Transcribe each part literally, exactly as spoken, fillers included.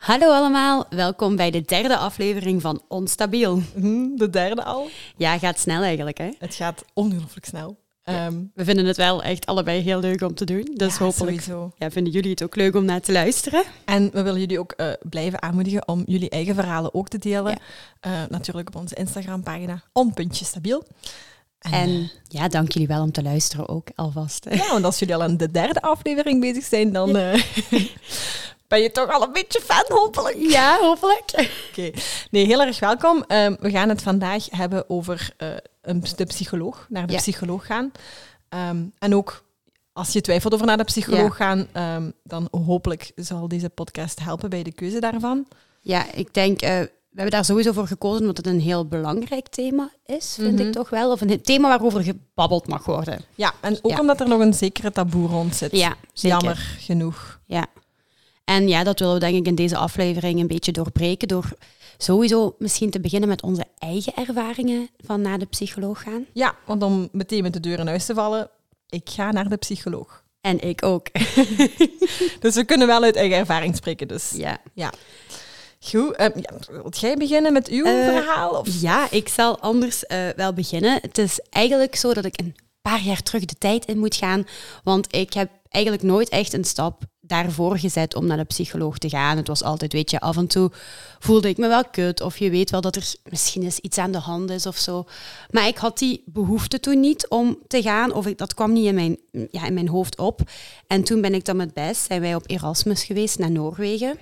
Hallo allemaal, welkom bij de derde aflevering van Onstabiel. De derde al? Ja, gaat snel eigenlijk, hè? Het gaat ongelooflijk snel. Ja, um, we vinden het wel echt allebei heel leuk om te doen. Dus ja, hopelijk sowieso. Ja, vinden jullie het ook leuk om naar te luisteren. En we willen jullie ook uh, blijven aanmoedigen om jullie eigen verhalen ook te delen. Ja. Uh, natuurlijk op onze Instagram-pagina on.stabiel. En, en ja, dank jullie wel om te luisteren ook alvast. Hè. Ja, want als jullie al aan de derde aflevering bezig zijn, dan uh, ben je toch al een beetje fan, hopelijk. Ja, hopelijk. Oké. Okay. Nee, heel erg welkom. Um, we gaan het vandaag hebben over uh, een, de psycholoog, naar de ja. psycholoog gaan. Um, en ook als je twijfelt over naar de psycholoog ja. gaan, um, dan hopelijk zal deze podcast helpen bij de keuze daarvan. Ja, ik denk... Uh, We hebben daar sowieso voor gekozen omdat het een heel belangrijk thema is, vind mm-hmm. ik toch wel. Of een thema waarover gebabbeld mag worden. Ja, en ook ja. omdat er nog een zekere taboe rond zit. Ja, zeker. Jammer genoeg. Ja. En ja, dat willen we denk ik in deze aflevering een beetje doorbreken door sowieso misschien te beginnen met onze eigen ervaringen van naar de psycholoog gaan. Ja, want om meteen met de deur in huis te vallen, ik ga naar de psycholoog. En ik ook. Dus we kunnen wel uit eigen ervaring spreken. Dus ja. ja. Goed, um, ja, wilt jij beginnen met uw uh, verhaal? Of? Ja, ik zal anders uh, wel beginnen. Het is eigenlijk zo dat ik een paar jaar terug de tijd in moet gaan, want ik heb eigenlijk nooit echt een stap daarvoor gezet om naar de psycholoog te gaan. Het was altijd, weet je, af en toe voelde ik me wel kut, of je weet wel dat er misschien eens iets aan de hand is of zo. Maar ik had die behoefte toen niet om te gaan, of ik, dat kwam niet in mijn, ja, in mijn hoofd op. En toen ben ik dan met Bess, zijn wij op Erasmus geweest naar Noorwegen.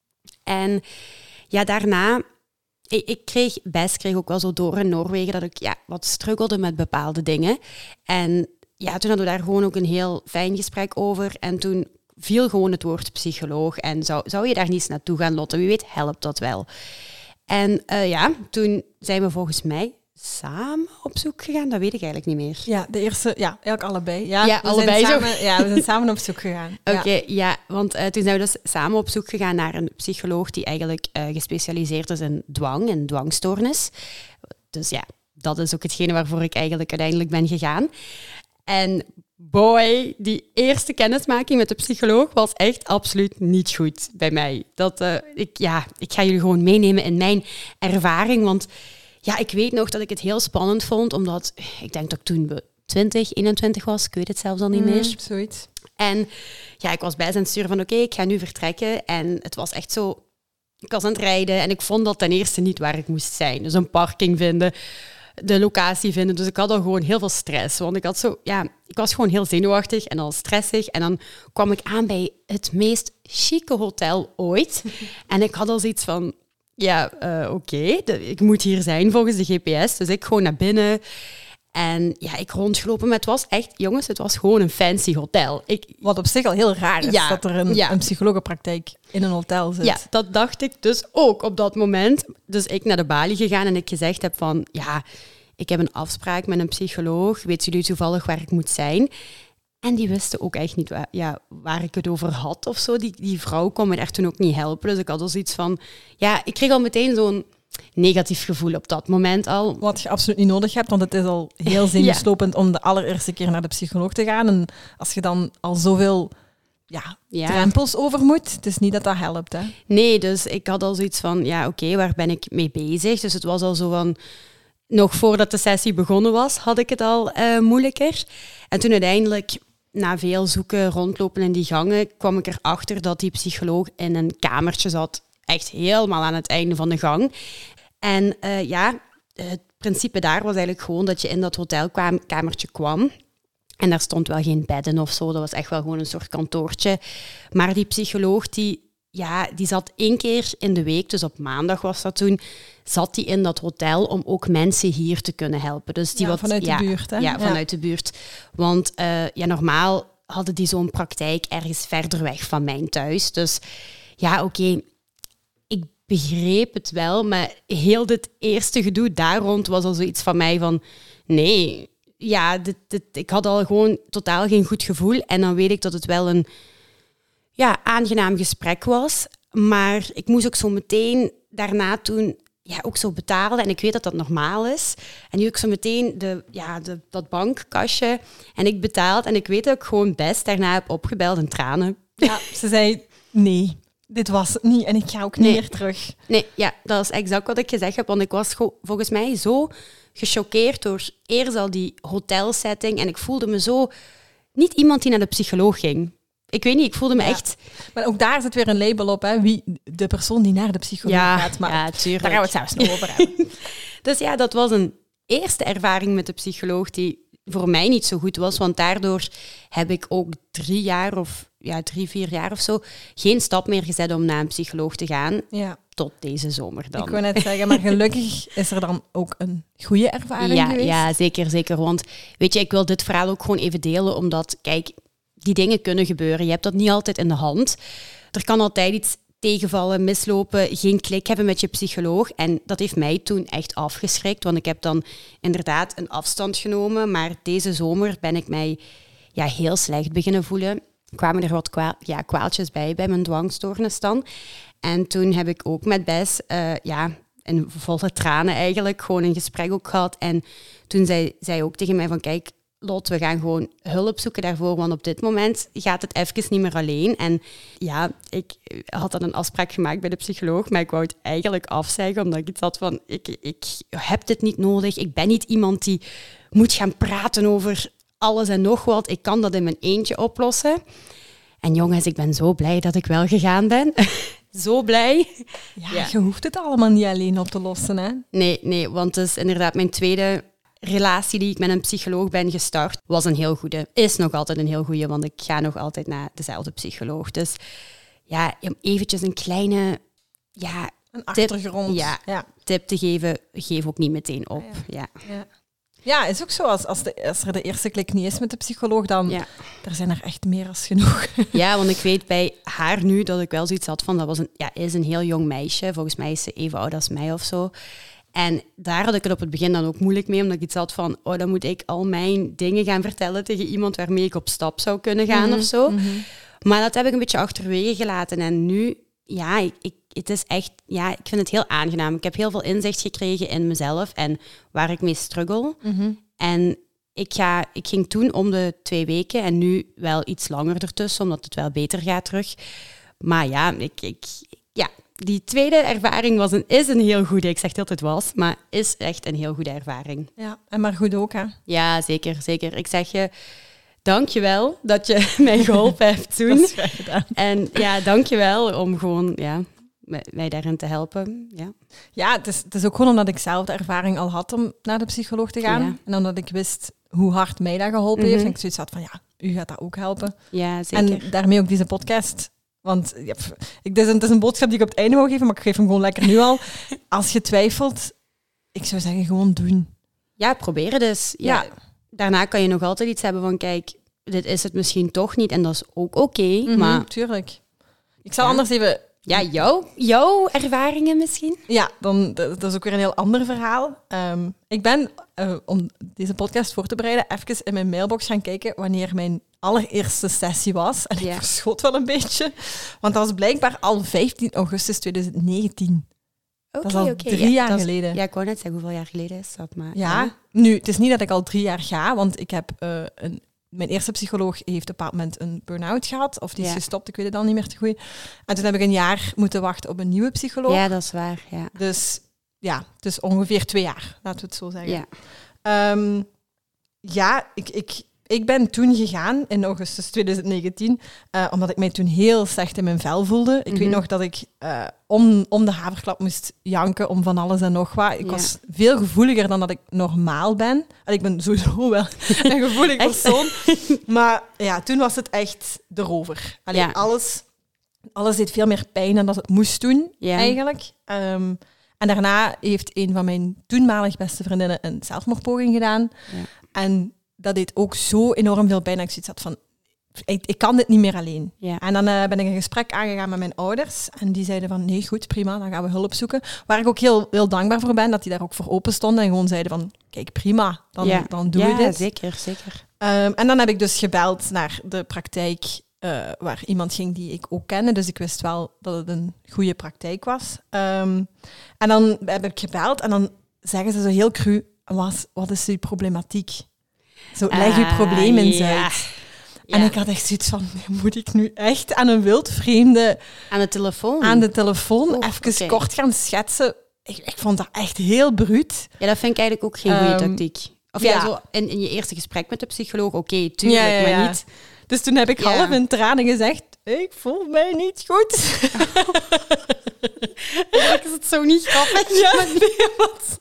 En ja, daarna, ik, ik kreeg, Bess kreeg ook wel zo door in Noorwegen dat ik ja, wat struggelde met bepaalde dingen. En ja, toen hadden we daar gewoon ook een heel fijn gesprek over. En toen viel gewoon het woord psycholoog. En zou, zou je daar niet eens naartoe gaan, Lotte? Wie weet helpt dat wel. En uh, ja, toen zijn we volgens mij samen op zoek gegaan. Dat weet ik eigenlijk niet meer. Ja, de eerste, ja, eigenlijk allebei. Ja, ja we allebei zijn zo. Samen, ja, we zijn samen op zoek gegaan. Oké, okay, ja. ja, want uh, toen zijn we dus samen op zoek gegaan naar een psycholoog die eigenlijk uh, gespecialiseerd is in dwang en dwangstoornis. Dus ja, dat is ook hetgene waarvoor ik eigenlijk uiteindelijk ben gegaan. En boy, die eerste kennismaking met de psycholoog was echt absoluut niet goed bij mij. Dat, uh, ik, ja, ik ga jullie gewoon meenemen in mijn ervaring, want ja, ik weet nog dat ik het heel spannend vond, omdat ik denk dat ik toen twintig, eenentwintig was, ik weet het zelfs al niet meer. Mm, zoiets. En ja, ik was bij zijn stuur van oké, okay, ik ga nu vertrekken. En het was echt zo, ik was aan het rijden en ik vond dat ten eerste niet waar ik moest zijn. Dus een parking vinden, de locatie vinden. Dus ik had al gewoon heel veel stress. Want ik had zo, ja, ik was gewoon heel zenuwachtig en al stressig. En dan kwam ik aan bij het meest chique hotel ooit. En ik had al zoiets van, ja, uh, oké, okay, ik moet hier zijn volgens de G P S. Dus ik gewoon naar binnen. En ja, ik rondgelopen, maar het was echt, jongens, het was gewoon een fancy hotel. Ik, Wat op zich al heel raar is, ja, dat er een, ja. een psychologenpraktijk in een hotel zit. Ja, dat dacht ik dus ook op dat moment. Dus ik naar de balie gegaan en ik gezegd heb van, ja, ik heb een afspraak met een psycholoog. Weet jullie toevallig waar ik moet zijn? En die wisten ook echt niet waar, ja, waar ik het over had of zo. Die, die vrouw kon me daar toen ook niet helpen. Dus ik had al zoiets van, ja, ik kreeg al meteen zo'n negatief gevoel op dat moment al. Wat je absoluut niet nodig hebt, want het is al heel zenuwslopend ja. om de allereerste keer naar de psycholoog te gaan. En als je dan al zoveel ja, ja. drempels over moet, het is niet dat dat helpt. Hè? Nee, dus ik had al zoiets van, ja, oké, okay, waar ben ik mee bezig? Dus het was al zo van, nog voordat de sessie begonnen was, had ik het al uh, moeilijker. En toen uiteindelijk, na veel zoeken, rondlopen in die gangen, kwam ik erachter dat die psycholoog in een kamertje zat. Echt helemaal aan het einde van de gang. En uh, ja, het principe daar was eigenlijk gewoon dat je in dat hotelkamertje kwam. En daar stond wel geen bedden of zo. Dat was echt wel gewoon een soort kantoortje. Maar die psycholoog, die, ja, die zat één keer in de week, dus op maandag was dat toen, zat die in dat hotel om ook mensen hier te kunnen helpen. Dus die ja, wat, vanuit ja, de buurt, hè? Ja, vanuit ja. de buurt. Want uh, ja, normaal hadden die zo'n praktijk ergens verder weg van mijn thuis. Dus ja, oké. Okay. begreep het wel, maar heel dit eerste gedoe daar rond was al zoiets van mij van, nee, ja, dit, dit, ik had al gewoon totaal geen goed gevoel. En dan weet ik dat het wel een ja, aangenaam gesprek was, maar ik moest ook zo meteen daarna toen ja, ook zo betalen. En ik weet dat dat normaal is. En nu ook zo meteen de, ja, de, dat bankkastje en ik betaald. En ik weet dat ik gewoon best daarna heb opgebeld in tranen. Ja, ze zei nee. dit was het niet en ik ga ook niet Nee. meer terug. Nee, ja, dat is exact wat ik gezegd heb. Want ik was go- volgens mij zo gechoqueerd door eerst al die hotelsetting. En ik voelde me zo... Niet iemand die naar de psycholoog ging. Ik weet niet, ik voelde me Ja. echt... Maar ook daar zit weer een label op, hè? Wie de persoon die naar de psycholoog Ja, gaat. Maar ja, tuurlijk. daar gaan we het zelfs nog over hebben. Dus ja, dat was een eerste ervaring met de psycholoog die voor mij niet zo goed was. Want daardoor heb ik ook drie jaar of ja, drie, vier jaar of zo geen stap meer gezet om naar een psycholoog te gaan. Ja, Tot deze zomer dan. ik wou net zeggen, maar gelukkig is er dan ook een goede ervaring ja, geweest. ja, zeker, zeker. Want weet je, ik wil dit verhaal ook gewoon even delen, omdat, kijk, die dingen kunnen gebeuren. Je hebt dat niet altijd in de hand. Er kan altijd iets tegenvallen, mislopen, geen klik hebben met je psycholoog. En dat heeft mij toen echt afgeschrikt, want ik heb dan inderdaad een afstand genomen. Maar deze zomer ben ik mij ja, heel slecht beginnen voelen. Kwamen er wat kwa- ja, kwaaltjes bij, bij mijn dwangstoornis dan. En toen heb ik ook met Bess, uh, ja, in volle tranen eigenlijk, gewoon een gesprek ook gehad. En toen zei zij ook tegen mij van, kijk, Lot, we gaan gewoon hulp zoeken daarvoor, want op dit moment gaat het even niet meer alleen. En ja, ik had dan een afspraak gemaakt bij de psycholoog, maar ik wou het eigenlijk afzeggen, omdat ik iets had van, ik, ik heb dit niet nodig, ik ben niet iemand die moet gaan praten over alles en nog wat. Ik kan dat in mijn eentje oplossen. En jongens, ik ben zo blij dat ik wel gegaan ben. Zo blij. Ja, ja, je hoeft het allemaal niet alleen op te lossen, hè? Nee, nee, want het is inderdaad mijn tweede relatie die ik met een psycholoog ben gestart, was een heel goede. Is nog altijd een heel goede, want ik ga nog altijd naar dezelfde psycholoog. Dus ja, om eventjes een kleine ja, een achtergrond. Tip, ja, ja. tip te geven, geef ook niet meteen op. Ja, ja. ja. ja is ook zo. Als, als, de, als er de eerste klik niet is met de psycholoog, dan ja. er zijn er echt meer dan genoeg. Ja, want ik weet bij haar nu dat ik wel zoiets had van, dat was een, ja, is een heel jong meisje. Volgens mij is ze even oud als mij of zo. En daar had ik het op het begin dan ook moeilijk mee, omdat ik iets had van, oh, dan moet ik al mijn dingen gaan vertellen tegen iemand waarmee ik op stap zou kunnen gaan mm-hmm, of zo. Mm-hmm. Maar dat heb ik een beetje achterwege gelaten. En nu, ja, ik, ik, het is echt, ja, ik vind het heel aangenaam. Ik heb heel veel inzicht gekregen in mezelf en waar ik mee struggle. Mm-hmm. En ik, ga, ik ging toen om de twee weken en nu wel iets langer ertussen, omdat het wel beter gaat terug. Maar ja, ik... ik ja. Die tweede ervaring was een, is een heel goede. Ik zeg het altijd was, maar is echt een heel goede ervaring. Ja, en maar goed ook, hè? Ja, zeker, zeker. Ik zeg je, dank je wel dat je mij geholpen hebt toen. Dat is graag gedaan. En ja, dank je wel om gewoon ja, mij daarin te helpen. Ja, ja het, is, het is ook gewoon omdat ik zelf de ervaring al had om naar de psycholoog te gaan. Ja. En omdat ik wist hoe hard mij dat geholpen mm-hmm. heeft. En ik zoiets had van, ja, u gaat dat ook helpen. Ja, zeker. En daarmee ook deze podcast... Want ja, ik, het, is een, het is een boodschap die ik op het einde wil geven, maar ik geef hem gewoon lekker nu al. Als je twijfelt, ik zou zeggen gewoon doen. Ja, probeer het dus. Ja. Ja. Daarna kan je nog altijd iets hebben van, kijk, dit is het misschien toch niet en dat is ook oké. Okay, mm-hmm, maar tuurlijk. Ik zal ja. anders even... Ja, jou, jouw ervaringen misschien? Ja, dan, dat is ook weer een heel ander verhaal. Um, ik ben, uh, om deze podcast voor te bereiden, even in mijn mailbox gaan kijken wanneer mijn allereerste sessie was. En ik ja. verschoot wel een beetje. Want dat was blijkbaar al vijftien augustus tweeduizend negentien. Okay, dat is al okay. drie ja, jaar dat is, geleden. Ja, ik wou net zeggen hoeveel jaar geleden is dat. Maar, ja, ja, nu, het is niet dat ik al drie jaar ga, want ik heb uh, een... Mijn eerste psycholoog heeft op een bepaald moment een burn-out gehad. Of die is ja. gestopt, ik weet het dan niet meer te goed. En toen heb ik een jaar moeten wachten op een nieuwe psycholoog. Ja, dat is waar. Ja. Dus ja, dus ongeveer twee jaar, laten we het zo zeggen. Ja, um, ja ik, ik, ik ben toen gegaan in augustus tweeduizend negentien, uh, omdat ik mij toen heel slecht in mijn vel voelde. Ik mm-hmm. weet nog dat ik uh, om, om de haverklap moest janken om van alles en nog wat. Ik ja. was veel gevoeliger dan dat ik normaal ben. En ik ben sowieso wel een gevoelig persoon. Maar ja, toen was het echt erover. Allee, ja. alles, alles deed veel meer pijn dan dat het moest doen, ja. eigenlijk. Um, en daarna heeft een van mijn toenmalig beste vriendinnen een zelfmoordpoging gedaan. Ja. En dat deed ook zo enorm veel pijn dat ik zoiets had van, ik, ik kan dit niet meer alleen. Ja. En dan uh, ben ik een gesprek aangegaan met mijn ouders. En die zeiden van, nee, goed, prima, dan gaan we hulp zoeken. Waar ik ook heel, heel dankbaar voor ben, dat die daar ook voor open stonden. En gewoon zeiden van, kijk, prima, dan, ja. dan doen ja, we dit. Ja, zeker, zeker. Um, en dan heb ik dus gebeld naar de praktijk uh, waar iemand ging die ik ook kende. Dus ik wist wel dat het een goede praktijk was. Um, en dan heb ik gebeld en dan zeggen ze zo heel cru, wat, wat is die problematiek? Zo, leg je uh, probleem eens ja. uit. En ik had echt zoiets van, moet ik nu echt aan een wildvreemde... Aan de telefoon? Aan de telefoon oh, even okay. kort gaan schetsen. Ik, ik vond dat echt heel bruut. Ja, dat vind ik eigenlijk ook geen goede um, tactiek. Of ja, ja. zo in, in je eerste gesprek met de psycholoog, oké, okay, tuurlijk, ja, ja, ja. maar niet... Dus toen heb ik ja. half in tranen gezegd, ik voel mij niet goed. Eigenlijk is het zo niet grappig. Ja, nee, wat...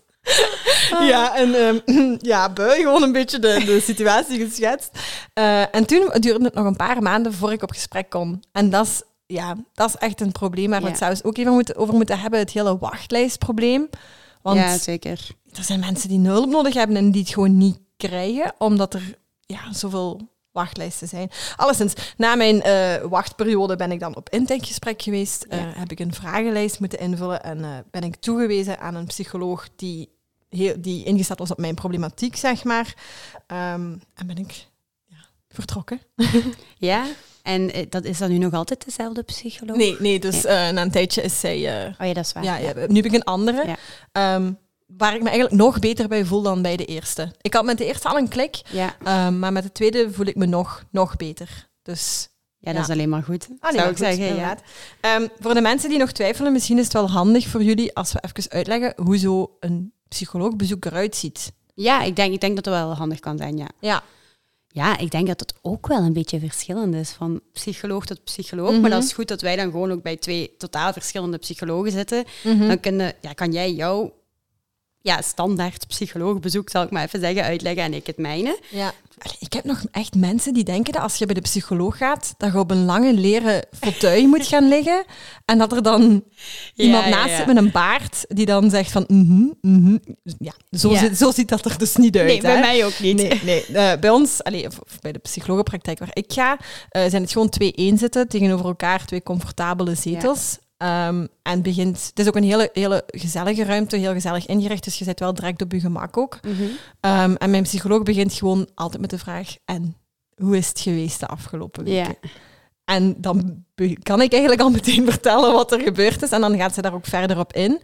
Ah. Ja, en um, ja, bui, gewoon een beetje de, de situatie geschetst. Uh, en toen duurde het nog een paar maanden voor ik op gesprek kon. En dat is, ja, dat is echt een probleem waar we ja. het zelfs ook even moeten, over moeten hebben, het hele wachtlijstprobleem. Want ja, zeker. Er zijn mensen die hulp nodig hebben en die het gewoon niet krijgen, omdat er ja, zoveel wachtlijsten zijn. Alleszins, na mijn uh, wachtperiode ben ik dan op intakegesprek geweest. Ja. Uh, heb ik een vragenlijst moeten invullen en uh, ben ik toegewezen aan een psycholoog die, heel, die ingesteld was op mijn problematiek, zeg maar. Um, en ben ik ja, vertrokken. Ja? En uh, dat is dan nu nog altijd dezelfde psycholoog? Nee, nee dus uh, na een tijdje is zij... Uh, oh ja, dat is waar. Ja, ja, nu heb ik een andere. Ja. Um, waar ik me eigenlijk nog beter bij voel dan bij de eerste. Ik had met de eerste al een klik, ja. um, maar met de tweede voel ik me nog, nog beter. Dus, ja, dat ja. is alleen maar goed, ah, nee, zou maar ik goed, zeggen. Ja. Um, voor de mensen die nog twijfelen, misschien is het wel handig voor jullie als we even uitleggen hoe zo een psycholoogbezoek eruit ziet. Ja, ik denk, ik denk dat het wel handig kan zijn, ja. Ja. Ja, ik denk dat het ook wel een beetje verschillend is, van psycholoog tot psycholoog. Mm-hmm. Maar dat is goed dat wij dan gewoon ook bij twee totaal verschillende psychologen zitten. Mm-hmm. Dan kunnen, ja, kan jij jouw ja, standaard psycholoogbezoek, zal ik maar even zeggen, uitleggen en ik het mijne. Ja. Ik heb nog echt mensen die denken dat als je bij de psycholoog gaat, dat je op een lange leren fauteuil moet gaan liggen en dat er dan ja, iemand naast ja, ja. zit met een baard die dan zegt van mm-hmm, mm-hmm. Ja, zo, ja. Zit, zo ziet dat er dus niet uit. Nee, bij hè? mij ook niet. Nee, nee. Uh, bij ons, allee, of, of bij de psychologenpraktijk waar ik ga, uh, zijn het gewoon twee eenzitten tegenover elkaar, twee comfortabele zetels. Ja. Um, en begint, het is ook een hele, hele gezellige ruimte, heel gezellig ingericht, dus je zit wel direct op je gemak ook. Mm-hmm. Um, en mijn psycholoog begint gewoon altijd met de vraag, en hoe is het geweest de afgelopen weken? Ja. En dan be- kan ik eigenlijk al meteen vertellen wat er gebeurd is en dan gaat ze daar ook verder op in.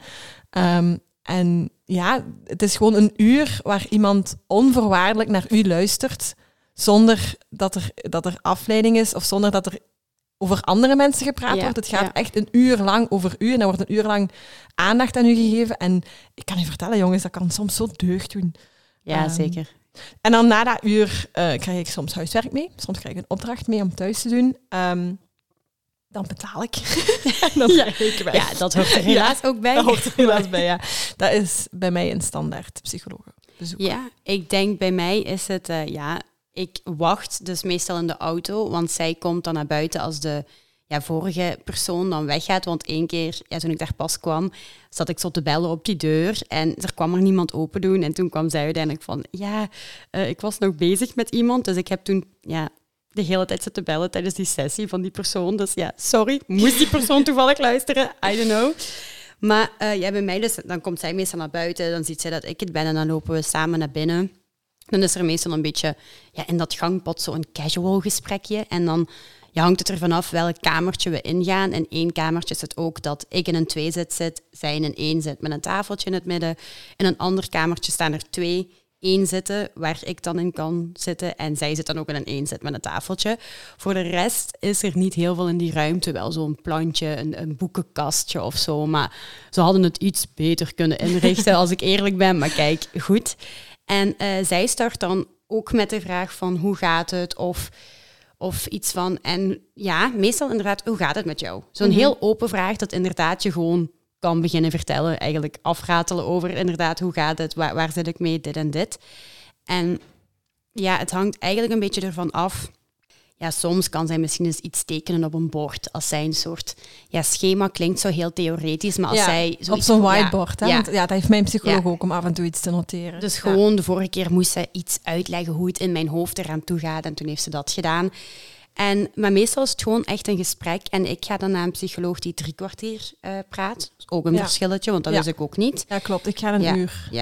Um, en ja, het is gewoon een uur waar iemand onvoorwaardelijk naar u luistert, zonder dat er, dat er afleiding is of zonder dat er over andere mensen gepraat ja, wordt. Het gaat ja. echt een uur lang over u en er wordt een uur lang aandacht aan u gegeven. En ik kan u vertellen, jongens, dat kan soms zo deugd doen. Ja, um, zeker. En dan na dat uur uh, krijg ik soms huiswerk mee. Soms krijg ik een opdracht mee om thuis te doen. Um, dan betaal ik. En dan ja. ik weg. Ja, dat hoort er helaas ja, ook bij. Dat hoort er helaas bij, ja. Dat is bij mij een standaard psychologenbezoek. Ja, ik denk bij mij is het... Uh, ja, ik wacht dus meestal in de auto, want zij komt dan naar buiten als de ja, vorige persoon dan weggaat. Want één keer, ja, toen ik daar pas kwam, zat ik zo te bellen op die deur en er kwam er niemand open doen. En toen kwam zij uiteindelijk van, ja, uh, ik was nog bezig met iemand. Dus ik heb toen ja, de hele tijd zitten bellen tijdens die sessie van die persoon. Dus ja, sorry, moest die persoon toevallig luisteren? I don't know. Maar uh, ja, bij mij, dus, dan komt zij meestal naar buiten, dan ziet zij dat ik het ben en dan lopen we samen naar binnen. Dan is er meestal een beetje ja, in dat gangpad zo'n casual gesprekje. En dan ja, hangt het ervan af welk kamertje we ingaan. In één kamertje is het ook dat ik in een tweezit zit, zij in een één zit met een tafeltje in het midden. In een ander kamertje staan er twee één zitten waar ik dan in kan zitten. En zij zit dan ook in een één zit met een tafeltje. Voor de rest is er niet heel veel in die ruimte. Wel zo'n plantje, een, een boekenkastje of zo. Maar ze hadden het iets beter kunnen inrichten, als ik eerlijk ben. Maar kijk, goed. En uh, zij start dan ook met de vraag van hoe gaat het of, of iets van... En ja, meestal inderdaad, hoe gaat het met jou? Zo'n mm-hmm. heel open vraag dat inderdaad je gewoon kan beginnen vertellen. Eigenlijk afratelen over inderdaad hoe gaat het, waar, waar zit ik mee, dit en dit. En ja, het hangt eigenlijk een beetje ervan af... Ja, soms kan zij misschien eens iets tekenen op een bord. Als zij een soort ja, schema klinkt zo heel theoretisch, maar als ja, zij... Op zo'n whiteboard, ja, hè? Ja. Want, ja, dat heeft mijn psycholoog ja. ook om af en toe iets te noteren. Dus gewoon, ja. de vorige keer moest zij iets uitleggen hoe het in mijn hoofd eraan toe gaat. En toen heeft ze dat gedaan. En, maar meestal is het gewoon echt een gesprek. En ik ga dan naar een psycholoog die drie kwartier uh, praat. Dat is ook een ja. verschilletje, want dat ja. wist ik ook niet. Ja, klopt. Ik ga een ja. uur. Ja.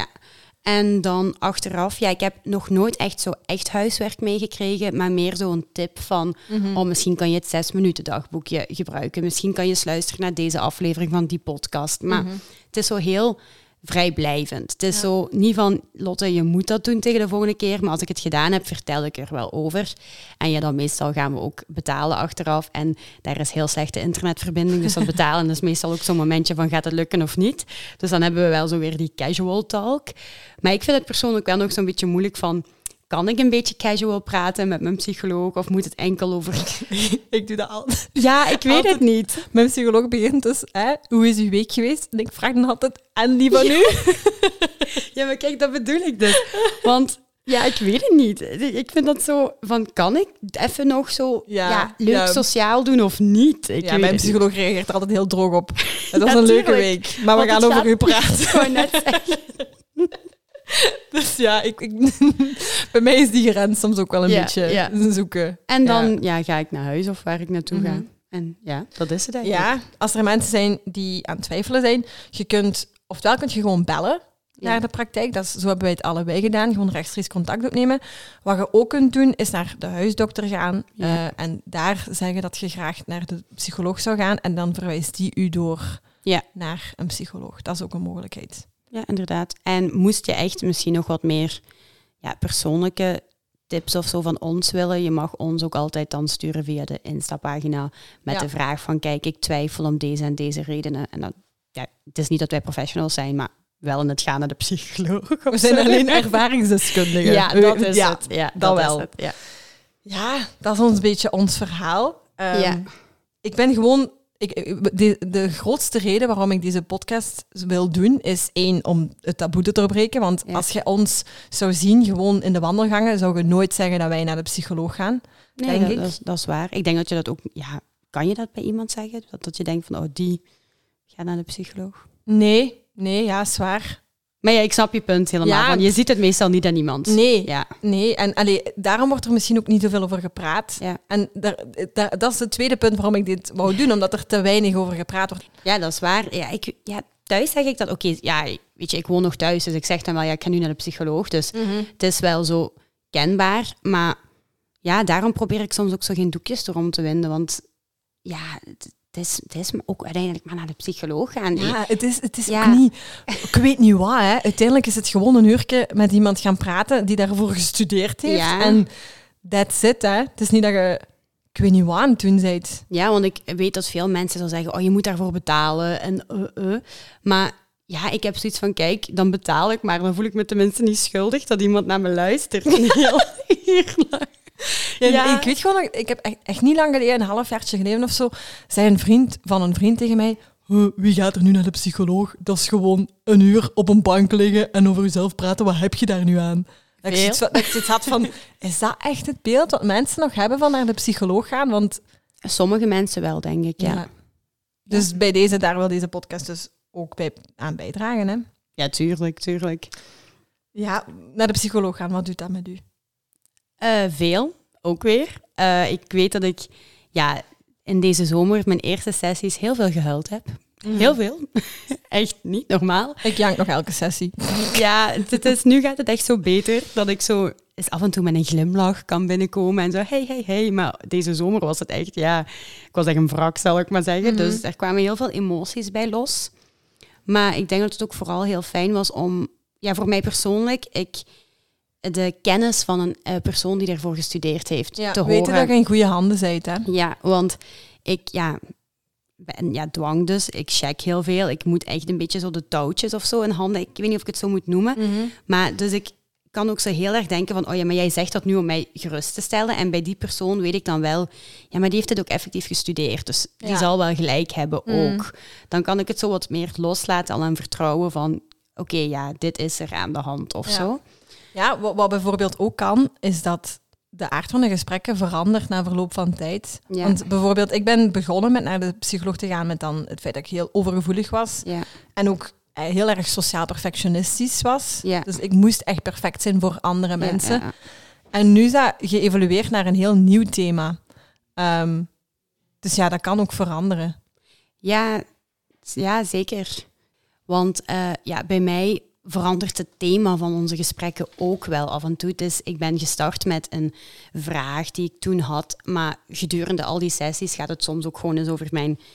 En dan achteraf, ja, ik heb nog nooit echt zo echt huiswerk meegekregen, maar meer zo'n tip van, mm-hmm. oh, misschien kan je het zes minuten dagboekje gebruiken. Misschien kan je eens luisteren naar deze aflevering van die podcast. Maar mm-hmm. het is zo heel vrijblijvend. Het is Ja. zo niet van, Lotte, je moet dat doen tegen de volgende keer, maar als ik het gedaan heb, vertel ik er wel over. En ja, dan meestal gaan we ook betalen achteraf. En daar is heel slechte internetverbinding, dus dat betalen is meestal ook zo'n momentje van, gaat het lukken of niet? Dus dan hebben we wel zo weer die casual talk. Maar ik vind het persoonlijk wel nog zo'n beetje moeilijk van, kan ik een beetje casual praten met mijn psycholoog of moet het enkel over... Ik doe dat altijd. Ja, ik weet Altijd. het niet. Mijn psycholoog begint dus, hè, hoe is uw week geweest? En ik vraag dan altijd, en die van u? Ja, maar kijk, dat bedoel ik dus. Want ja, ik weet het niet. Ik vind dat zo van, kan ik even nog zo Ja, ja, leuk ja. sociaal doen of niet? Ik Ja, weet mijn het psycholoog reageert er altijd heel droog op. Het was Ja, een leuke tuurlijk. week, maar we Want gaan het over gaat- u praten. niet. Ik wou net zeggen. Dus ja, ik, ik, bij mij is die grens soms ook wel een Ja, beetje ja. zoeken. En dan Ja. ja. ga ik naar huis of waar ik naartoe ga. Mhm. En ja, dat is het eigenlijk. Ja, als er mensen zijn die aan het twijfelen zijn, je kunt, oftewel kun je gewoon bellen Ja. naar de praktijk. Dat is, zo hebben wij het allebei gedaan, gewoon rechtstreeks contact opnemen. Wat je ook kunt doen, is naar de huisdokter gaan Ja. eh, en daar zeggen dat je graag naar de psycholoog zou gaan en dan verwijst die u door Ja. naar een psycholoog. Dat is ook een mogelijkheid. Ja, inderdaad. En moest je echt misschien nog wat meer ja, persoonlijke tips of zo van ons willen, je mag ons ook altijd dan sturen via de Insta-pagina met Ja. de vraag van, kijk, ik twijfel om deze en deze redenen. En dat, ja, het is niet dat wij professionals zijn, maar wel in het gaan naar de psycholoog. of We zijn zo. alleen ervaringsdeskundigen. Ja, We- dat is ja, het. Ja, dat is wel. het, ja. Ja, dat is ons een beetje ons verhaal. Ehm, Ja. Ik ben gewoon... Ik, de, de grootste reden waarom ik deze podcast wil doen, is één, om het taboe te doorbreken. Want Ja. als je ons zou zien, gewoon in de wandelgangen, zou je nooit zeggen dat wij naar de psycholoog gaan. Nee, Denk dat, ik. dat, is, dat is waar. Ik denk dat je dat ook... Ja, kan je dat bij iemand zeggen? Dat, dat je denkt van, oh, die gaat naar de psycholoog. Nee, nee, ja, zwaar. Maar ja, ik snap je punt helemaal. Ja. Want je ziet het meestal niet aan iemand. Nee, Ja. nee. En allee, daarom wordt er misschien ook niet zoveel over gepraat. Ja. En daar, daar, dat is het tweede punt waarom ik dit wou doen, omdat er te weinig over gepraat wordt. Ja, dat is waar. Ja, ik, ja, thuis zeg ik dat, oké, ja, weet je, ik woon nog thuis, dus ik zeg dan wel, ja, ik ga nu naar de psycholoog. Dus het is wel zo kenbaar. Maar ja, daarom probeer ik soms ook zo geen doekjes erom te winden. Want ja, het, het is, het is ook uiteindelijk maar naar de psycholoog gaan. Ja, het is, het is Ja. ook niet... Ik weet niet wat, hè. Uiteindelijk is het gewoon een uurtje met iemand gaan praten die daarvoor gestudeerd heeft. Ja. En that's it, hè. Het is niet dat je... Ik weet niet wat aan het doen bent. Ja, want ik weet dat veel mensen zal zeggen, oh, je moet daarvoor betalen. En uh, uh. Maar ja, ik heb zoiets van, kijk, dan betaal ik, maar dan voel ik me tenminste niet schuldig dat iemand naar me luistert. Een heel uur lang. Ja, Ja. Ik weet gewoon, dat- ik heb echt, echt niet lang geleden, een halfjaartje geleden of zo, zei een vriend van een vriend tegen mij, "Huh, wie gaat er nu naar de psycholoog? Dat is gewoon een uur op een bank liggen en over jezelf praten. Wat heb je daar nu aan?" Dat ik Veel. zoiets, dat ik zoiets had van, is dat echt het beeld wat mensen nog hebben van naar de psycholoog gaan? Want Sommige mensen wel, denk ik, ja. ja. Dus bij deze, daar wil deze podcast dus ook bij aan bijdragen. Hè? Ja, tuurlijk, tuurlijk. Ja, naar de psycholoog gaan, wat doet dat met u? Eh, veel, ook weer. Eh, ik weet dat ik ja, in deze zomer mijn eerste sessies heel veel gehuild heb. Heel veel. Echt niet normaal. Ik jank nog elke sessie. Ja, het, het is, nu gaat het echt zo beter dat ik zo eens af en toe met een glimlach kan binnenkomen en zo hey, hey, hey. Maar deze zomer was het echt, ja, ik was echt een wrak, zal ik maar zeggen. Mhm. Dus er kwamen heel veel emoties bij los. Maar ik denk dat het ook vooral heel fijn was om, ja, voor mij persoonlijk, ik de kennis van een eh, persoon die daarvoor gestudeerd heeft Ja, te weten horen. dat je in goede handen bent, hè? Ja, want ik ja, ben ja, dwang dus. Ik check heel veel. Ik moet echt een beetje zo de touwtjes of zo in handen. Ik weet niet of ik het zo moet noemen. Maar dus ik kan ook zo heel erg denken van, oh ja, maar jij zegt dat nu om mij gerust te stellen. En bij die persoon weet ik dan wel, ja, maar die heeft het ook effectief gestudeerd. Dus die Ja. zal wel gelijk hebben Mhm. ook. Dan kan ik het zo wat meer loslaten al en vertrouwen van, oké, ja, dit is er aan de hand of Ja. zo. Ja, wat, wat bijvoorbeeld ook kan, is dat de aard van de gesprekken verandert na verloop van tijd. Ja. Want bijvoorbeeld, ik ben begonnen met naar de psycholoog te gaan met dan het feit dat ik heel overgevoelig was. Ja, En ook eh, heel erg sociaal perfectionistisch was. Ja. Dus ik moest echt perfect zijn voor andere ja, mensen. ja, ja. En nu is dat geëvolueerd naar een heel nieuw thema. Ehm, dus ja, dat kan ook veranderen. Ja, ja, zeker. Want eh, ja, bij mij verandert het thema van onze gesprekken ook wel af en toe. Dus ik ben gestart met een vraag die ik toen had, maar gedurende al die sessies gaat het soms ook gewoon eens over mijn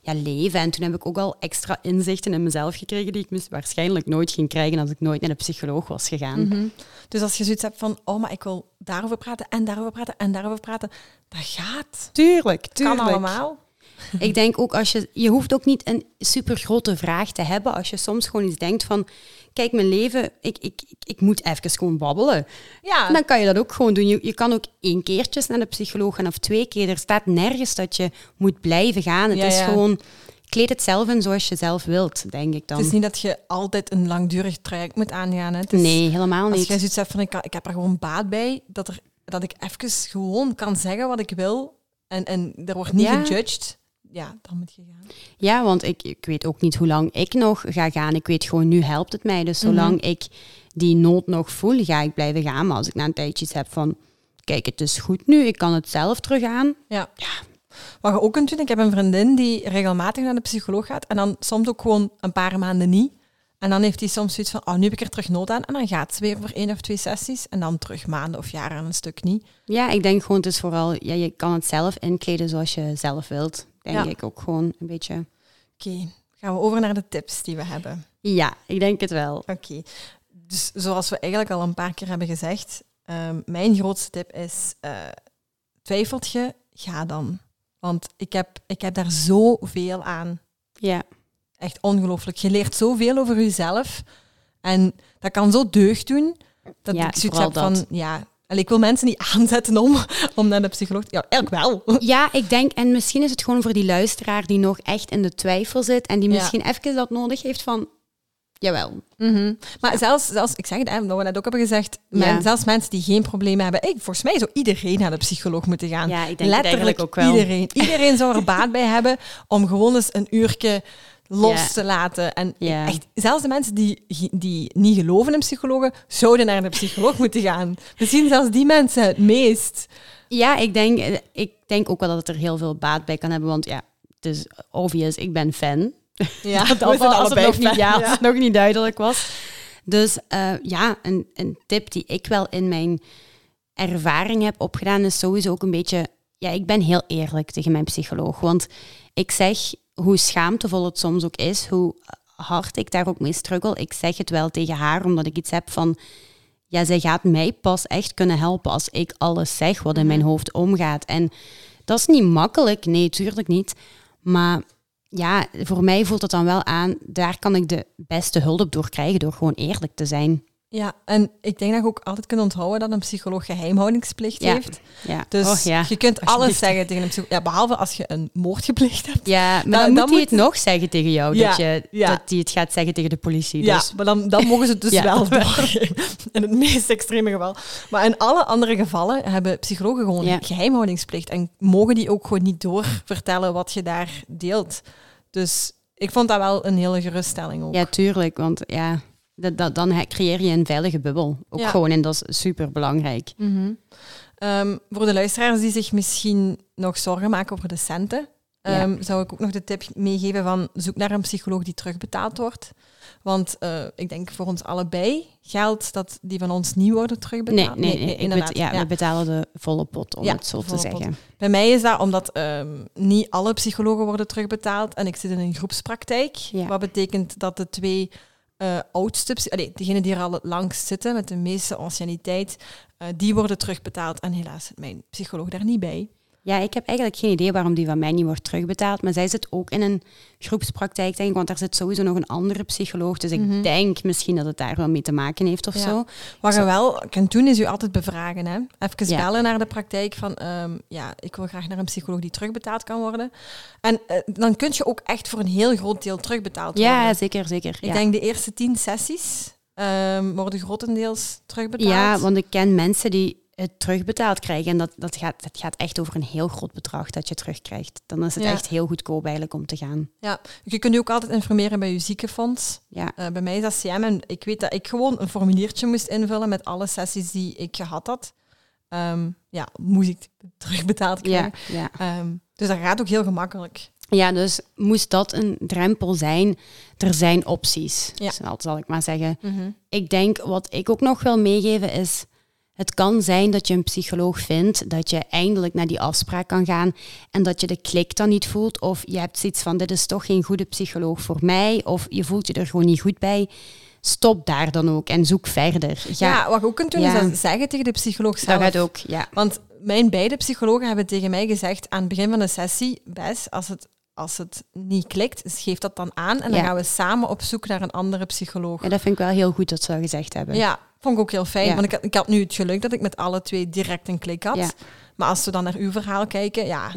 ja, leven. En toen heb ik ook al extra inzichten in mezelf gekregen die ik mis- waarschijnlijk nooit ging krijgen als ik nooit naar de psycholoog was gegaan. Mm-hmm. Dus als je zoiets hebt van, oh, maar ik wil daarover praten en daarover praten en daarover praten, dat gaat. Tuurlijk, tuurlijk. Kan allemaal. Ik denk ook, als je, je hoeft ook niet een super grote vraag te hebben als je soms gewoon iets denkt van, kijk, mijn leven, ik, ik, ik, ik moet even gewoon babbelen. Ja. Dan kan je dat ook gewoon doen. Je, je kan ook één keertjes naar de psycholoog gaan of twee keer. Er staat nergens dat je moet blijven gaan. Het Ja, is ja. gewoon, kleed het zelf in zoals je zelf wilt, denk ik dan. Het is niet dat je altijd een langdurig traject moet aangaan. Hè. Het is, Nee, helemaal als niet. jij zoiets hebt van, ik, kan- ik heb er gewoon baat bij, dat, er, dat ik even gewoon kan zeggen wat ik wil en, en er wordt niet Ja. gejudged, ja, dan moet je gaan. Ja, want ik, ik weet ook niet hoe lang ik nog ga gaan. Ik weet gewoon, nu helpt het mij. Dus zolang Mhm. ik die nood nog voel, ga ik blijven gaan. Maar als ik na een tijdje iets heb van, kijk, het is goed nu, ik kan het zelf terug aan. Ja. Wat je ook kunt doen, ik heb een vriendin die regelmatig naar de psycholoog gaat en dan soms ook gewoon een paar maanden niet. En dan heeft hij soms zoiets van, oh, nu heb ik er terug nood aan. En dan gaat ze weer voor één of twee sessies en dan terug maanden of jaren aan een stuk niet. Ja, ik denk gewoon, het is vooral, ja, je kan het zelf inkleden zoals je zelf wilt. Denk Ja. ik ook gewoon een beetje. Oké, gaan we over naar de tips die we hebben. Ja, ik denk het wel. Oké, dus zoals we eigenlijk al een paar keer hebben gezegd, um, mijn grootste tip is, uh, twijfelt je, ga dan. Want ik heb, ik heb daar zoveel aan. Ja. Echt ongelooflijk. Je leert zoveel over jezelf. En dat kan zo deugd doen, dat Ja, ik zoiets vooral heb van, dat. ja... Allee, ik wil mensen niet aanzetten om, om naar de psycholoog te... Ja, eigenlijk wel. Ja, ik denk, en misschien is het gewoon voor die luisteraar die nog echt in de twijfel zit en die Ja. misschien even dat nodig heeft van, jawel. Mhm. Maar zelfs, zelfs, ik zeg het, hè, wat we net ook hebben gezegd, Ja. men, zelfs mensen die geen problemen hebben, ik, volgens mij zou iedereen naar de psycholoog moeten gaan. Ja, ik denk het Letterlijk eigenlijk ook wel. iedereen. Iedereen zou er baat bij hebben om gewoon eens een uurtje los Ja. te laten. En Ja. echt, zelfs de mensen die, die niet geloven in psychologen, zouden naar de psycholoog moeten gaan. Misschien zelfs die mensen het meest. Ja, ik denk, ik denk ook wel dat het er heel veel baat bij kan hebben, want ja, het is obvious, ik ben fan. Ja, Dat we zijn als, het allebei nog niet, fan, ja, als ja. het nog niet duidelijk was. Dus uh, ja, een, een tip die ik wel in mijn ervaring heb opgedaan is sowieso ook een beetje... Ja, ik ben heel eerlijk tegen mijn psycholoog. Want ik zeg, hoe schaamtevol het soms ook is, hoe hard ik daar ook mee struggle, ik zeg het wel tegen haar, omdat ik iets heb van... Ja, zij gaat mij pas echt kunnen helpen als ik alles zeg wat in mijn hoofd omgaat. En dat is niet makkelijk, nee, tuurlijk niet. Maar... Ja, voor mij voelt het dan wel aan, daar kan ik de beste hulp door krijgen, door gewoon eerlijk te zijn. Ja, en ik denk dat je ook altijd kunt onthouden dat een psycholoog geheimhoudingsplicht Ja. heeft. Ja. Dus Oh, ja. je kunt alles Alsjeblieft. zeggen tegen een psycholoog. Ja, behalve als je een moord gepleegd hebt. Ja, maar Dan- dan, dan moet hij moet het het- nog zeggen tegen jou, Ja, dat, je, ja. dat hij het gaat zeggen tegen de politie. Ja, Dus. maar dan, dan mogen ze het dus Ja. wel doorgeven. In het meest extreme geval. Maar in alle andere gevallen hebben psychologen gewoon Ja. geheimhoudingsplicht. En mogen die ook gewoon niet doorvertellen wat je daar deelt. Dus ik vond dat wel een hele geruststelling ook. Ja, tuurlijk, want ja, dat, dat, dan he- creëer je een veilige bubbel. Ook Ja. gewoon, en dat is super belangrijk. Mhm. Ehm, voor de luisteraars die zich misschien nog zorgen maken over de centen, Ja. ehm, zou ik ook nog de tip meegeven van zoek naar een psycholoog die terugbetaald wordt. Want eh, ik denk voor ons allebei geldt dat die van ons niet worden Nee, terugbetaald. nee, nee. Ik bet- inderdaad. ja, we betalen de volle pot, om Ja, het zo te volle pot. zeggen. Bij mij is dat omdat ehm, niet alle psychologen worden terugbetaald en ik zit in een groepspraktijk. Ja. Wat betekent dat de twee eh, oudste, psy- allee, degenen die er al het langst zitten, met de meeste anciëniteit, eh, die worden terugbetaald. En helaas zit mijn psycholoog daar niet bij. Ja, ik heb eigenlijk geen idee waarom die van mij niet wordt terugbetaald. Maar zij zit ook in een groepspraktijk, denk ik. Want daar zit sowieso nog een andere psycholoog. Dus ik Mhm. denk misschien dat het daar wel mee te maken heeft of Ja. zo. Wat je Zo. wel kunt doen, is u altijd bevragen. Hè? Even Ja. bellen naar de praktijk van, ehm, ja, ik wil graag naar een psycholoog die terugbetaald kan worden. En eh, dan kun je ook echt voor een heel groot deel terugbetaald worden. Ja, zeker, zeker. Ik Ja. denk de eerste tien sessies ehm, worden grotendeels terugbetaald. Ja, want ik ken mensen die het terugbetaald krijgen. En dat, dat, gaat, dat gaat echt over een heel groot bedrag dat je terugkrijgt. Dan is het Ja. echt heel goedkoop eigenlijk om te gaan. Ja, je kunt je ook altijd informeren bij je ziekenfonds. Ja, Uh, bij mij is dat C M en ik weet dat ik gewoon een formuliertje moest invullen met alle sessies die ik gehad had. Um, ja, moest ik terugbetaald ja, krijgen. ja. Um, dus dat gaat ook heel gemakkelijk. ja, dus moest dat een drempel zijn, er zijn opties. Ja. Zal, zal ik maar zeggen. Mm-hmm. Ik denk, wat ik ook nog wil meegeven is... het kan zijn dat je een psycholoog vindt, dat je eindelijk naar die afspraak kan gaan en dat je de klik dan niet voelt. Of je hebt zoiets van, dit is toch geen goede psycholoog voor mij. Of je voelt je er gewoon niet goed bij. Stop daar dan ook en zoek verder. Ga, ja, wat je ook kunt doen, ja. is dat zeggen tegen de psycholoog zelf. Dat gaat ook, ja. Want mijn beide psychologen hebben tegen mij gezegd aan het begin van de sessie, Bes, als het, als het niet klikt, geef dat dan aan en dan ja. gaan we samen op zoek naar een andere psycholoog. Ja, dat vind ik wel heel goed dat ze dat gezegd hebben. Ja, vond ik ook heel fijn. Ja. Want ik had, ik had nu het geluk dat ik met alle twee direct een klik had. Ja. Maar als we dan naar uw verhaal kijken, ja...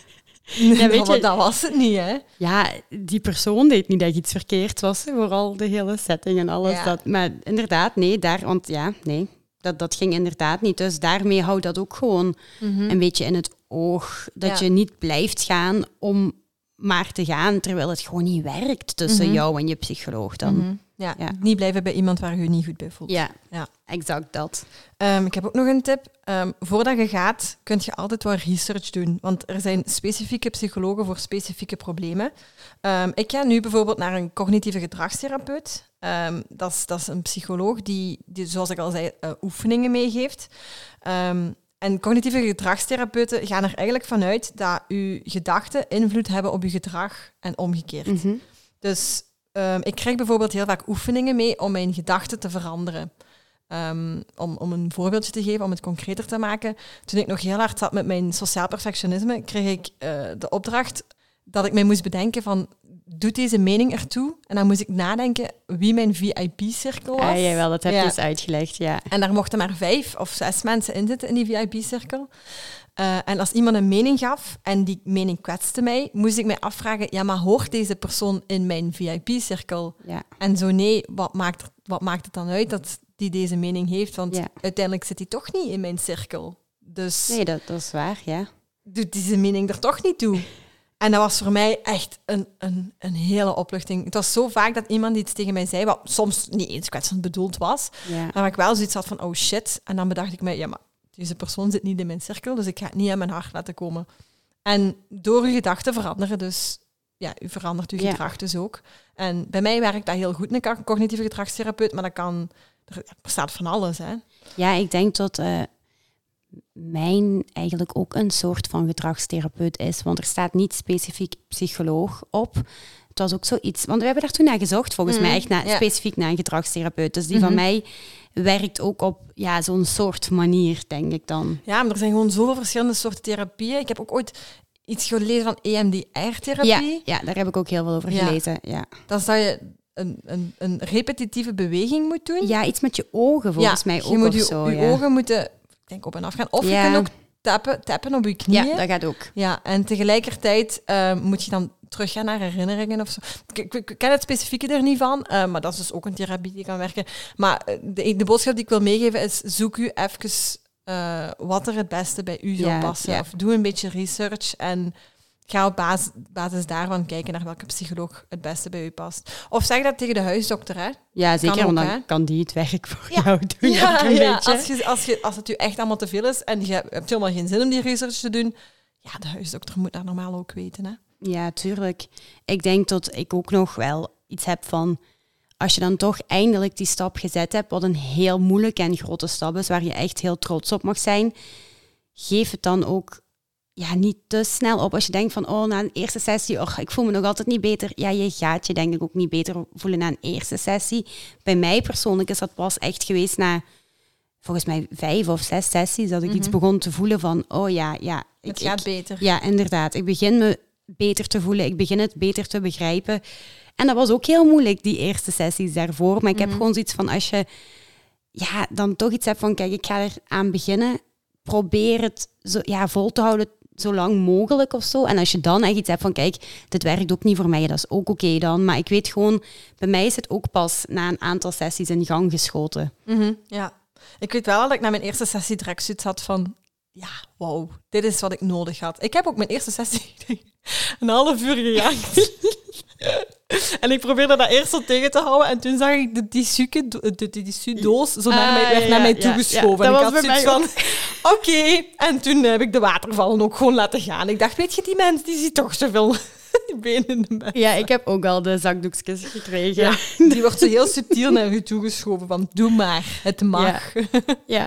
ja weet je, dat was het niet, hè? Ja, die persoon deed niet dat iets verkeerd was. Vooral de hele setting en alles. Ja. Dat, maar inderdaad, nee, daar... Want ja, nee, dat, dat ging inderdaad niet. Dus daarmee hou dat ook gewoon mm-hmm. een beetje in het oog. Dat ja. je niet blijft gaan om maar te gaan, terwijl het gewoon niet werkt tussen mm-hmm. jou en je psycholoog dan. Mm-hmm. Ja, ja, niet blijven bij iemand waar je je niet goed bij voelt. Ja, ja. exact dat. Um, ik heb ook nog een tip. Um, voordat je gaat, kun je altijd wat research doen. Want er zijn specifieke psychologen voor specifieke problemen. Um, ik ga nu bijvoorbeeld naar een cognitieve gedragstherapeut. Um, dat is, dat is een psycholoog die, die, zoals ik al zei, uh, oefeningen meegeeft. Um, en cognitieve gedragstherapeuten gaan er eigenlijk vanuit dat je gedachten invloed hebben op je gedrag en omgekeerd. Mm-hmm. Dus... Um, ik krijg bijvoorbeeld heel vaak oefeningen mee om mijn gedachten te veranderen. Um, om, om een voorbeeldje te geven, om het concreter te maken. Toen ik nog heel hard zat met mijn sociaal perfectionisme, kreeg ik uh, de opdracht dat ik mij moest bedenken van, doet deze mening ertoe? En dan moest ik nadenken wie mijn V I P-cirkel was. Ah, jawel, dat heb je ja. eens uitgelegd, ja. En daar mochten maar vijf of zes mensen in zitten in die V I P-cirkel. Uh, en als iemand een mening gaf en die mening kwetste mij, moest ik mij afvragen, ja, maar hoort deze persoon in mijn V I P-cirkel? Ja. En zo nee, wat maakt, wat maakt het dan uit dat die deze mening heeft? Want ja. uiteindelijk zit hij toch niet in mijn cirkel. Dus nee, dat, dat is waar, ja. Doet deze mening er toch niet toe? En dat was voor mij echt een, een, een hele opluchting. Het was zo vaak dat iemand iets tegen mij zei, wat soms niet eens kwetsend bedoeld was, ja. maar waar ik wel zoiets had van, oh shit. En dan bedacht ik me, ja, maar deze persoon zit niet in mijn cirkel, dus ik ga het niet aan mijn hart laten komen. En door je gedachten veranderen, dus ja, u verandert uw ja. gedrag dus ook. En bij mij werkt dat heel goed, een cognitieve gedragstherapeut, maar dat kan, er bestaat van alles, hè. Ja, ik denk dat uh, mijn eigenlijk ook een soort van gedragstherapeut is, want er staat niet specifiek psycholoog op. Het was ook zoiets, want we hebben daar toen naar gezocht, volgens mm, mij echt naar, ja. specifiek naar een gedragstherapeut. Dus die mm-hmm. van mij werkt ook op ja, zo'n soort manier, denk ik dan. Ja, maar er zijn gewoon zoveel verschillende soorten therapieën. Ik heb ook ooit iets gelezen van E M D R-therapie. Ja, ja, daar heb ik ook heel veel over ja. gelezen. Ja. Dat is dat je een, een, een repetitieve beweging moet doen. Ja, iets met je ogen volgens ja, mij ook je moet of je, zo. Je ja. ogen moeten, ik denk, op en af gaan. Of ja. je kunt ook tappen, tappen op je knieën. Ja, dat gaat ook. Ja, en tegelijkertijd uh, moet je dan teruggaan naar herinneringen of zo. Ik, ik, ik ken het specifieke er niet van, uh, maar dat is dus ook een therapie die kan werken. Maar de, de boodschap die ik wil meegeven is, zoek u even uh, wat er het beste bij u zou ja, passen. Ja. Of doe een beetje research en ga op basis, basis daarvan kijken naar welke psycholoog het beste bij u past. Of zeg dat tegen de huisdokter, hè? Ja, zeker, ook, want dan hè? kan die het werk voor ja. jou doen. Ja, een ja. beetje. Als, je, als, je, als het u echt allemaal te veel is en je hebt helemaal geen zin om die research te doen, ja, de huisdokter moet dat normaal ook weten, hè? Ja, tuurlijk. Ik denk dat ik ook nog wel iets heb van, als je dan toch eindelijk die stap gezet hebt, wat een heel moeilijke en grote stap is, waar je echt heel trots op mag zijn, geef het dan ook ja, niet te snel op. Als je denkt van, oh, na een eerste sessie, oh, ik voel me nog altijd niet beter. Ja, je gaat je denk ik ook niet beter voelen na een eerste sessie. Bij mij persoonlijk is dat pas echt geweest na, volgens mij, vijf of zes sessies, dat ik mm-hmm. iets begon te voelen van, oh ja, ja. Ik, het gaat ik, beter. Ja, inderdaad. Ik begin me beter te voelen. Ik begin het beter te begrijpen. En dat was ook heel moeilijk, die eerste sessies daarvoor. Maar ik heb mm-hmm. gewoon zoiets van, als je ja, dan toch iets hebt van, kijk, ik ga er aan beginnen. Probeer het zo, ja, vol te houden zo lang mogelijk of zo. En als je dan echt iets hebt van, kijk, dit werkt ook niet voor mij, dat is ook oké okay dan. Maar ik weet gewoon, bij mij is het ook pas na een aantal sessies in gang geschoten. Mm-hmm, ja. Ik weet wel dat ik na mijn eerste sessie direct zoiets had van, ja, wauw, dit is wat ik nodig had. Ik heb ook mijn eerste sessie een half uur gejaagd. En ik probeerde dat eerst zo tegen te houden. En toen zag ik de tissueke, de tissuedoos zo naar mij, werd ja, naar mij ja, toegeschoven. Ja, en ik was had zoiets van, oké. Okay. En toen heb ik de watervallen ook gewoon laten gaan. Ik dacht, weet je, die mens die ziet toch zoveel benen in de bed. Ja, ik heb ook al de zakdoekjes gekregen. Ja, die wordt zo heel subtiel naar je toegeschoven. Van, doe maar, het mag. Ja. Ja.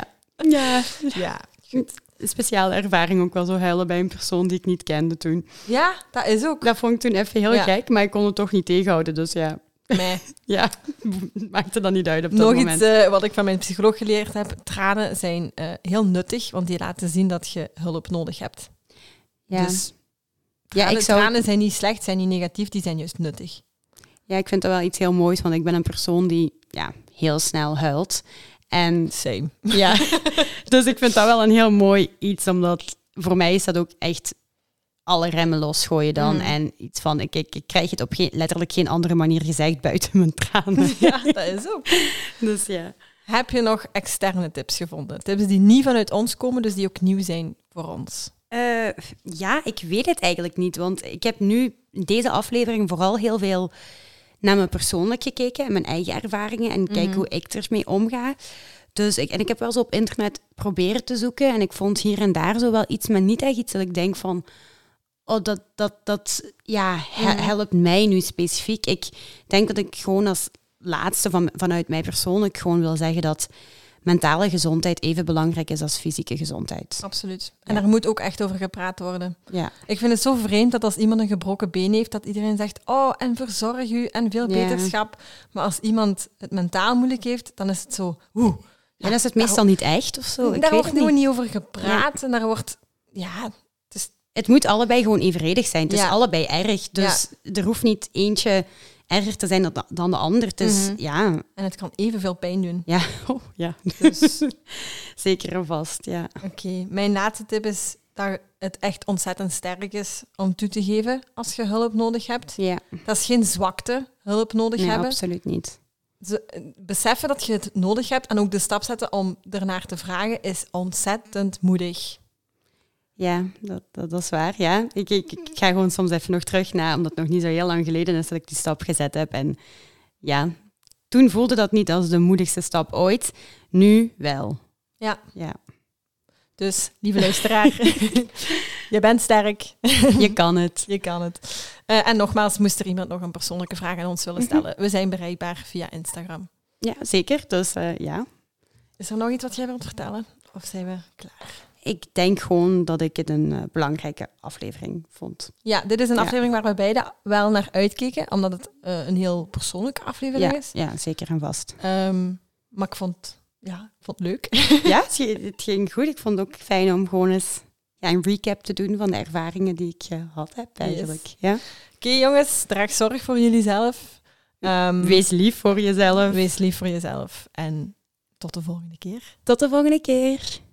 Ja. Ja. Een speciale ervaring ook wel zo huilen bij een persoon die ik niet kende toen. Ja, dat is ook. Dat vond ik toen even heel Ja. gek, maar ik kon het toch niet tegenhouden. Dus ja, Nee. ja, maakte dat niet uit op dat Nog moment. iets uh, wat ik van mijn psycholoog geleerd heb. Tranen zijn uh, heel nuttig, want die laten zien dat je hulp nodig hebt. Ja. Dus ja, tranen, ik zou... tranen zijn niet slecht, zijn niet negatief, die zijn juist nuttig. Ja, ik vind dat wel iets heel moois, want ik ben een persoon die ja, heel snel huilt. En Same. ja, dus ik vind dat wel een heel mooi iets, omdat voor mij is dat ook echt alle remmen losgooien dan. Mm. En iets van, ik, ik, ik krijg het op geen, letterlijk geen andere manier gezegd buiten mijn tranen. Ja, dat is ook. Dus ja. Heb je nog externe tips gevonden? Tips die niet vanuit ons komen, dus die ook nieuw zijn voor ons? Uh, ja, ik weet het eigenlijk niet, want ik heb nu in deze aflevering vooral heel veel naar me persoonlijk gekeken en mijn eigen ervaringen en kijk mm-hmm. hoe ik ermee omga. Dus ik, en ik heb wel zo op internet proberen te zoeken en ik vond hier en daar zo wel iets, maar niet echt iets dat ik denk van, oh, dat, dat, dat ja, he, helpt mij nu specifiek. Ik denk dat ik gewoon als laatste van, vanuit mij persoonlijk gewoon wil zeggen dat mentale gezondheid even belangrijk is als fysieke gezondheid. Absoluut. En ja. Daar moet ook echt over gepraat worden. Ja. Ik vind het zo vreemd dat als iemand een gebroken been heeft, dat iedereen zegt, oh, en verzorg u en veel ja. beterschap. Maar als iemand het mentaal moeilijk heeft, dan is het zo, oeh. Ja, dan is het meestal niet echt of zo. Ik daar weet wordt gewoon niet over gepraat. Ja. En daar wordt, ja... Het, is... het moet allebei gewoon evenredig zijn. Het ja. is allebei erg. Dus ja. er hoeft niet eentje erger te zijn dan de ander. Het is, mm-hmm. ja... En het kan evenveel pijn doen. Ja, oh, ja. Dus... zeker en vast, ja. Oké, okay. Mijn laatste tip is dat het echt ontzettend sterk is om toe te geven als je hulp nodig hebt. Ja. Dat is geen zwakte, hulp nodig nee, hebben. absoluut niet. Ze, beseffen dat je het nodig hebt en ook de stap zetten om ernaar te vragen is ontzettend moedig. Ja, dat, dat, dat is waar. Ja. Ik, ik, ik ga gewoon soms even nog terug naar, omdat het nog niet zo heel lang geleden is dat ik die stap gezet heb. En ja, toen voelde dat niet als de moedigste stap ooit. Nu wel. Ja. ja. Dus, lieve luisteraar, je bent sterk. Je kan het. Je kan het. Uh, en nogmaals, moest er iemand nog een persoonlijke vraag aan ons willen stellen. Mm-hmm. We zijn bereikbaar via Instagram. Ja, zeker. Dus uh, ja. Is er nog iets wat jij wilt vertellen? Of zijn we klaar? Ik denk gewoon dat ik het een uh, belangrijke aflevering vond. Ja, dit is een ja. aflevering waar we beide wel naar uitkeken, omdat het uh, een heel persoonlijke aflevering ja, is. Ja, zeker en vast. Um, maar ik vond, ja, ik vond het leuk. Ja, het ging goed. Ik vond het ook fijn om gewoon eens ja, een recap te doen van de ervaringen die ik gehad heb eigenlijk. Yes. Ja. Oké okay, jongens, draag zorg voor jullie zelf. Um, wees lief voor jezelf. Wees lief voor jezelf en tot de volgende keer. Tot de volgende keer.